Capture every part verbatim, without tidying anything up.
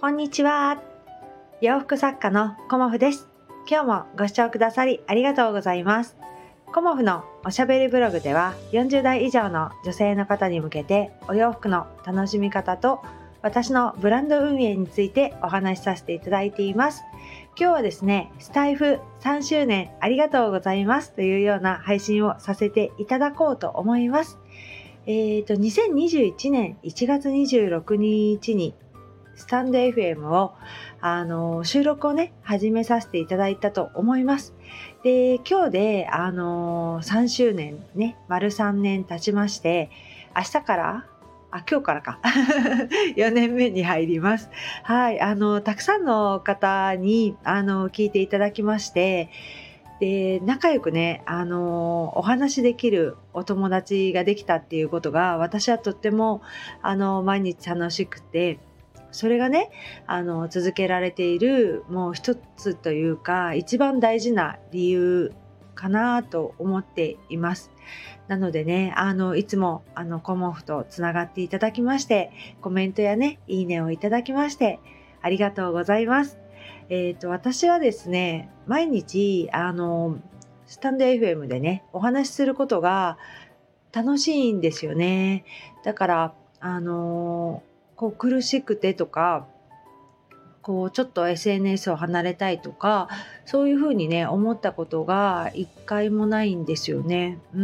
こんにちは。洋服作家のコモフです。今日もご視聴くださりありがとうございます。コモフのおしゃべりブログではよんじゅう代以上の女性の方に向けてお洋服の楽しみ方と私のブランド運営についてお話しさせていただいています。今日はですね、スタイフさんしゅうねんありがとうございますというような配信をさせていただこうと思います。えーと、にせんにじゅういちねんいちがつにじゅうろくにちにスタンド エフエム をあの収録をね始めさせていただいたと思います。で、今日であのさんしゅうねんね、丸さんねん経ちまして、明日からあ今日からかよねんめに入ります。はい、あのたくさんの方にあの聞いていただきまして、で仲良くねあのお話できるお友達ができたっていうことが私はとってもあの毎日楽しくて、それがねあの続けられているもう一つというか一番大事な理由かなと思っています。なのでねあのいつもあのコモフとつながっていただきまして、コメントやねいいねをいただきましてありがとうございます。えーと、私はですね毎日あのスタンド エフエム でねお話しすることが楽しいんですよね。だからあのこう苦しくてとか、こうちょっと エスエヌエス を離れたいとか、そういうふうにね思ったことが一回もないんですよね。うん、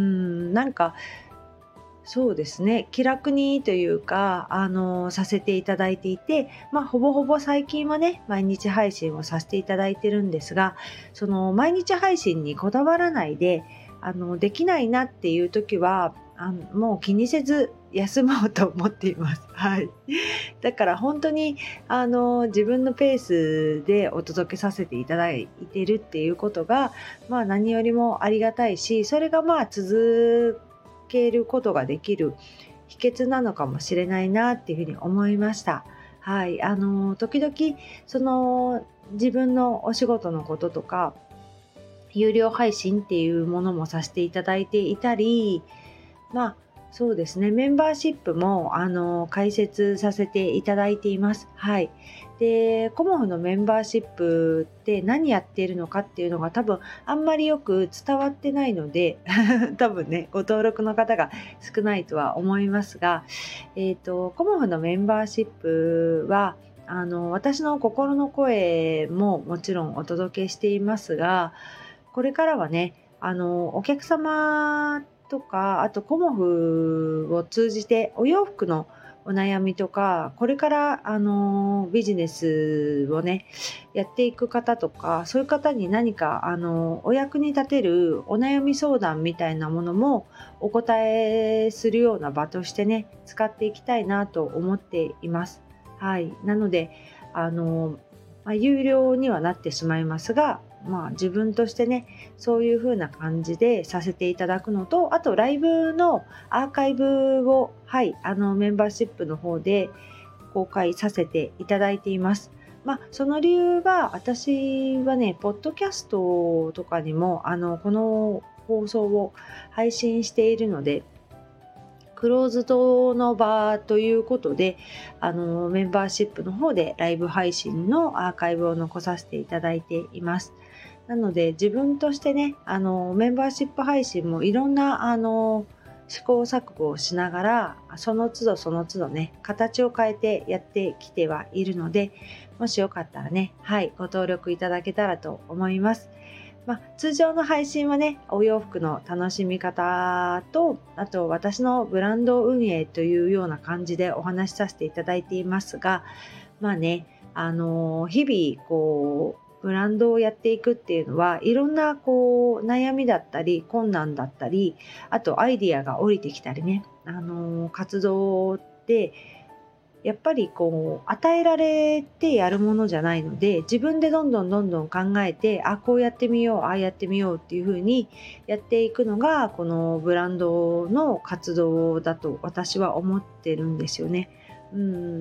なんかそうですね、気楽にというかあのさせていただいていて、まあほぼほぼ最近はね毎日配信をさせていただいてるんですが、その毎日配信にこだわらないであのできないなっていう時はあのもう気にせず休もうと思っています。はい。だから本当にあの自分のペースでお届けさせていただいているっていうことが、まあ何よりもありがたいし、それがまあ続けることができる秘訣なのかもしれないなっていうふうに思いました。はい。あの時々その自分のお仕事のこととか有料配信っていうものもさせていただいていたり、まあそうですね、メンバーシップもあの開設させていただいています。はい。で、コモフのメンバーシップって何やっているのかっていうのが多分あんまりよく伝わってないので多分ねご登録の方が少ないとは思いますが、えっとコモフのメンバーシップはあの私の心の声ももちろんお届けしていますが、これからはねあのお客様とか、あとコモフを通じてお洋服のお悩みとか、これからあのビジネスをねやっていく方とか、そういう方に何かあのお役に立てるお悩み相談みたいなものもお答えするような場としてね使っていきたいなと思っています。はい。なのであの、まあ、有料にはなってしまいますが、まあ自分としてねそういう風な感じでさせていただくのと、あとライブのアーカイブをはいあのメンバーシップの方で公開させていただいています。まあその理由は私はねポッドキャストとかにもあのこの放送を配信しているので、クローズドの場ということであのメンバーシップの方でライブ配信のアーカイブを残させていただいています。なので自分としてねあのメンバーシップ配信もいろんなあの試行錯誤をしながらその都度その都度ね形を変えてやってきてはいるので、もしよかったらねはいご登録いただけたらと思います。まあ、通常の配信はねお洋服の楽しみ方と、あと私のブランド運営というような感じでお話しさせていただいていますが、まあねあの日々こうブランドをやっていくっていうのはいろんなこう悩みだったり困難だったり、あとアイディアが降りてきたりね、あの活動ってやっぱりこう与えられてやるものじゃないので、自分でどんどんどんどん考えて、あこうやってみようああやってみようっていう風にやっていくのがこのブランドの活動だと私は思ってるんですよね。うん、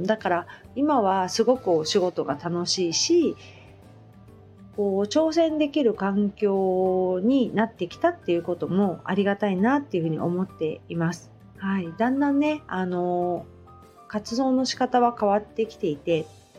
だから今はすごくお仕事が楽しいし、こう挑戦できる環境になってきたっていうこともありがたいなっていうふうに思っています。はい、だんだんねあの活動の仕方は変わってきていて、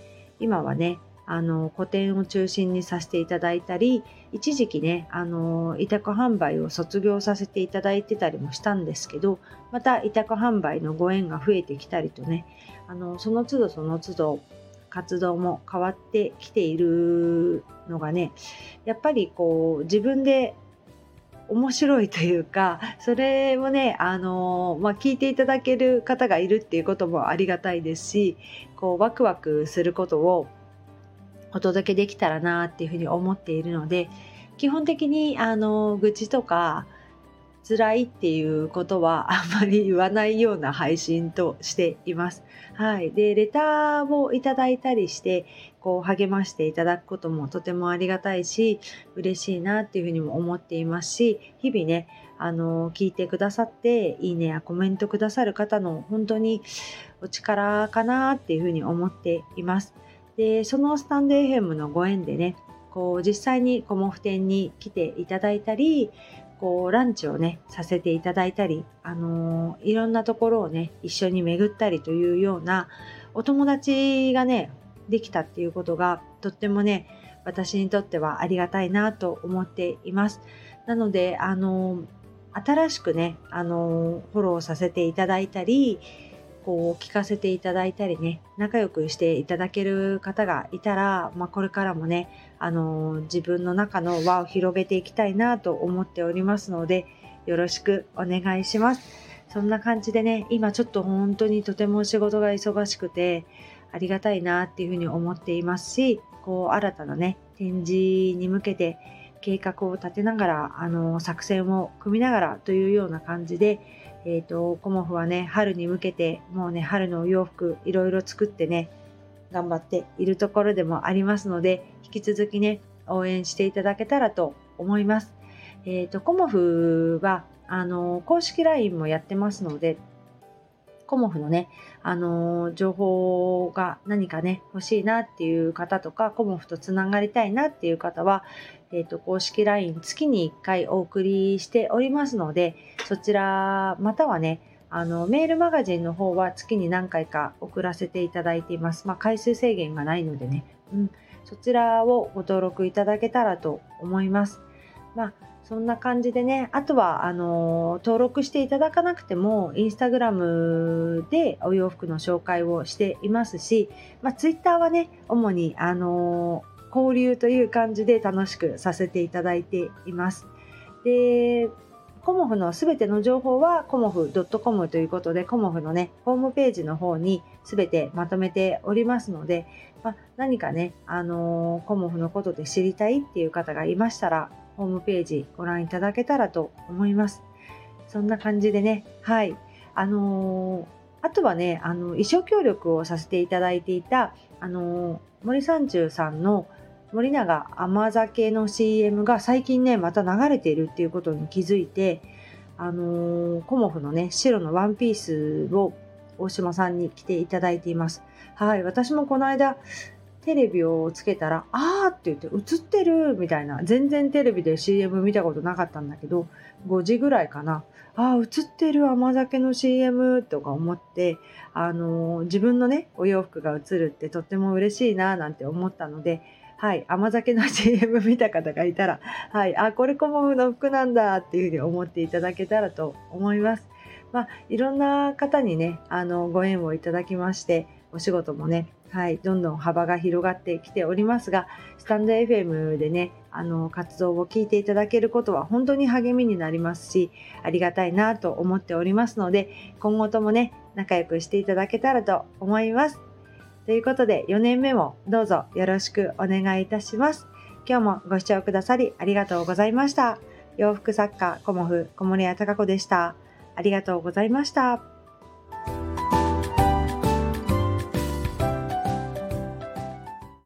今はね、あの個展を中心にさせていただいたり、一時期ね、あの委託販売を卒業させていただいてたりもしたんですけど、また委託販売のご縁が増えてきたりとね、あのその都度その都度活動も変わってきているのがね、やっぱりこう自分で面白いというか、それもね、あのまあ、聞いていただける方がいるっていうこともありがたいですし、こうワクワクすることをお届けできたらなっていうふうに思っているので、基本的にあの愚痴とか辛いっていうことはあんまり言わないような配信としています。はい。で、レターをいただいたりして、こう励ましていただくこともとてもありがたいし、嬉しいなっていうふうにも思っていますし、日々ね、あの、聞いてくださって、いいねやコメントくださる方の本当にお力かなっていうふうに思っています。で、そのスタンド エフエム のご縁でね、こう実際にコモフ展に来ていただいたり、こうランチをねさせていただいたり、あのー、いろんなところをね一緒に巡ったりというようなお友達がねできたっていうことがとってもね私にとってはありがたいなと思っています。なのであのー、新しくねあのー、フォローさせていただいたり、こう聞かせていただいたりね、仲良くしていただける方がいたら、まあ、これからもね、あのー、自分の中の輪を広げていきたいなと思っておりますので、よろしくお願いします。そんな感じでね、今ちょっと本当にとても仕事が忙しくて、ありがたいなっていうふうに思っていますし、こう新たなね、展示に向けて計画を立てながら、あのー、作戦を組みながらというような感じで、えっと、コモフはね、春に向けて、もうね、春のお洋服いろいろ作ってね、頑張っているところでもありますので、引き続きね、応援していただけたらと思います。えっと、コモフは、あの、公式 ライン もやってますので、コモフのね、あのー、情報が何かね、欲しいなっていう方とか、コモフとつながりたいなっていう方は、えっと、公式 ライン 月にいっかいお送りしておりますので、そちら、またはね、あの、メールマガジンの方は月に何回か送らせていただいています。まあ、回数制限がないのでね、うん、そちらをご登録いただけたらと思います。まあそんな感じでね、あとはあの登録していただかなくてもインスタグラムでお洋服の紹介をしていますし、まあ、ツイッターはね主にあの交流という感じで楽しくさせていただいています。で、コモフのすべての情報はコモフ ドットコム ということで、コモフのねホームページの方にすべてまとめておりますので、まあ、何かねあのコモフのことで知りたいっていう方がいましたら、ホームページご覧いただけたらと思います。そんな感じでね、はい。あのー、あとはね、あの、衣装協力をさせていただいていた、あのー、森三中さんの森永甘酒の シーエム が最近ね、また流れているっていうことに気づいて、あのー、コモフのね、白のワンピースを大島さんに着ていただいています。はい。私もこの間、テレビをつけたら、あーって言って映ってるみたいな、全然テレビで シーエム 見たことなかったんだけど、ごじぐらいかな、あー映ってる甘酒の シーエム とか思って、あのー、自分のねお洋服が映るってとっても嬉しいななんて思ったので、はい、甘酒の シーエム 見た方がいたら、はい、あこれコモフの服なんだっていうふうに思っていただけたらと思います。まあ、いろんな方にねあのご縁をいただきまして、お仕事もねはい、どんどん幅が広がってきておりますが、スタンド エフエム でね、あの活動を聞いていただけることは本当に励みになりますし、ありがたいなと思っておりますので、今後ともね、仲良くしていただけたらと思います。ということで、よねんめもどうぞよろしくお願いいたします。今日もご視聴くださりありがとうございました。洋服作家コモフ小森屋貴子でした。ありがとうございました。